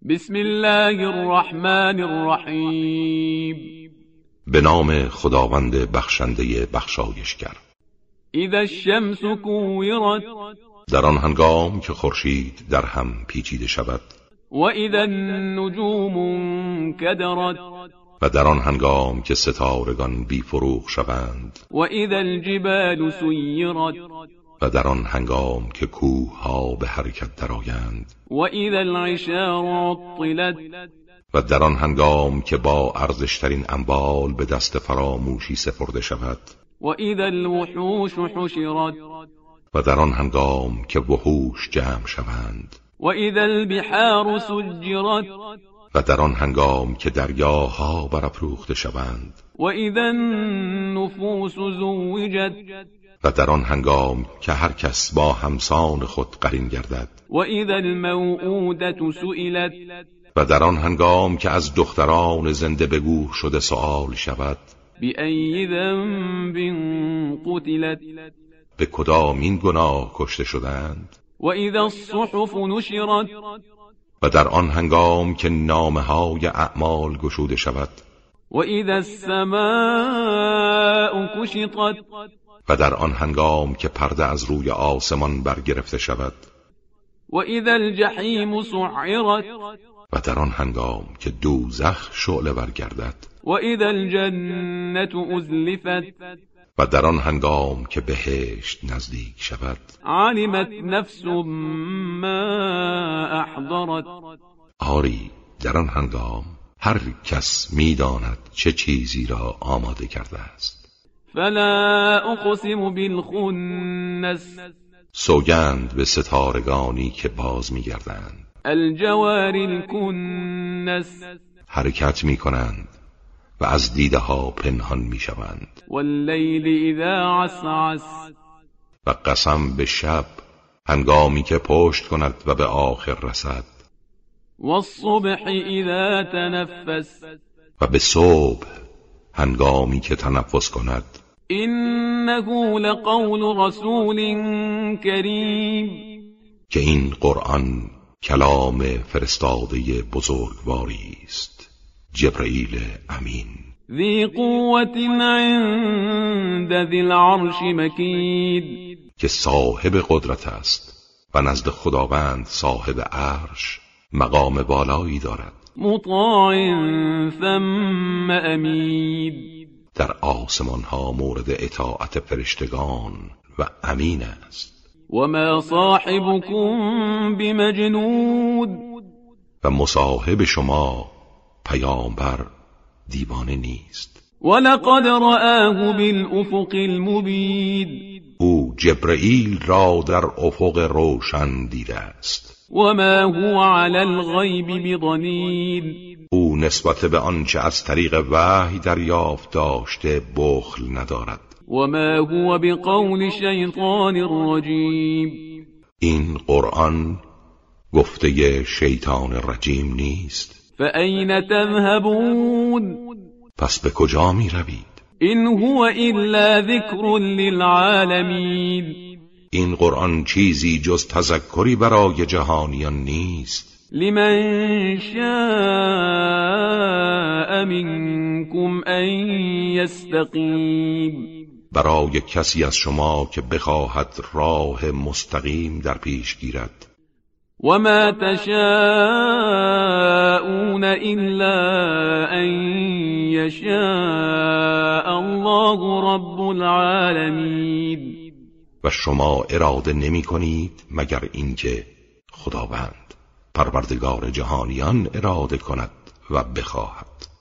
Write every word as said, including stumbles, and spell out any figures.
بسم الله الرحمن الرحیم. به نام خداوند بخشنده بخشایشگر. اذا الشمس کورت، در آن هنگام که خورشید در هم پیچیده شود. و اذا النجوم انکدرت، و در آن هنگام که ستارگان بی فروغ شوند. و اذا الجبال سیرت، و در آن هنگام که کوه ها به حرکت درآیند. و اذا العشار عطلت، و در آن هنگام که با ارزشترین اموال به دست فراموشی سپرده شود. و اذا الوحوش حشرت، و در آن هنگام که وحوش جمع شوند. و اذا البحار سجرت، و در آن هنگام که دریاها برافروخته شوند. و اذا النفوس زوجت، و در آن هنگام که هر کس با همسان خود قرین گردد. و اذا الموءودة سئلت، و در آن هنگام که از دختران زنده به گور شده سؤال شود. بأی ذنب قتلت، به کدامین گناه کشته شدند. و اذا الصحف نشرت، و در آن هنگام که نامه های اعمال گشوده شود. و اذا السماء کشطت، و در آن هنگام که پرده از روی آسمان برگرفته شود. و اذا الجحیم سعرت، و در آن هنگام که دوزخ شعله ور گردد. و اذا الجنة ازلفت، و در آن هنگام که بهشت نزدیک شود. علمت نفس ما احضرت، آری در آن هنگام هر کس میداند چه چیزی را آماده کرده است. فلا اقسم بالخنس، سوگند به ستارگانی که باز میگردند. الجوار الکنس، حرکت میکنند و از دیده ها پنهان میشوند. واللیل اذا عسعس، و قسم به شب هنگامی که پشت کند و به آخر رسد. والصبح اذا تنفس، و به صبح هنگامی که تنفس کند. انه لقول رسول کریم، که این قرآن کلام فرستاده بزرگواری است، جبرئیل امین. ذی قوة عند ذی العرش مکید، که صاحب قدرت است و نزد خداوند صاحب عرش مقام بالایی دارد. مطاع ثم امید، در آسمان ها مورد اطاعت فرشتگان و امین است. و ما صاحبكم بمجنود، و مصاحب شما پیامبر دیوانه نیست. ولقد رآه بالافق المبین، او جبرئیل را در افق روشن دیده است. و ما هو علی الغیب بضنین، او نسبت به آنچه از طریق وحی دریافت داشته بخل ندارد. و ما هو بقول شیطان رجیم، این قرآن گفته شیطان رجیم نیست. فأین تذهبون، پس به کجا می روید؟ این هو الا ذکر للعالمین، این قرآن چیزی جز تذکری برای جهانیان نیست. لمن شاء منکم ان یستقیم، برای کسی از شما که بخواهد راه مستقیم در پیش گیرد. و ما تشاءون الا ان یشاء الله رب العالمین، و شما اراده نمی کنید مگر اینکه خداوند پروردگار جهانیان اراده کند و بخواهد.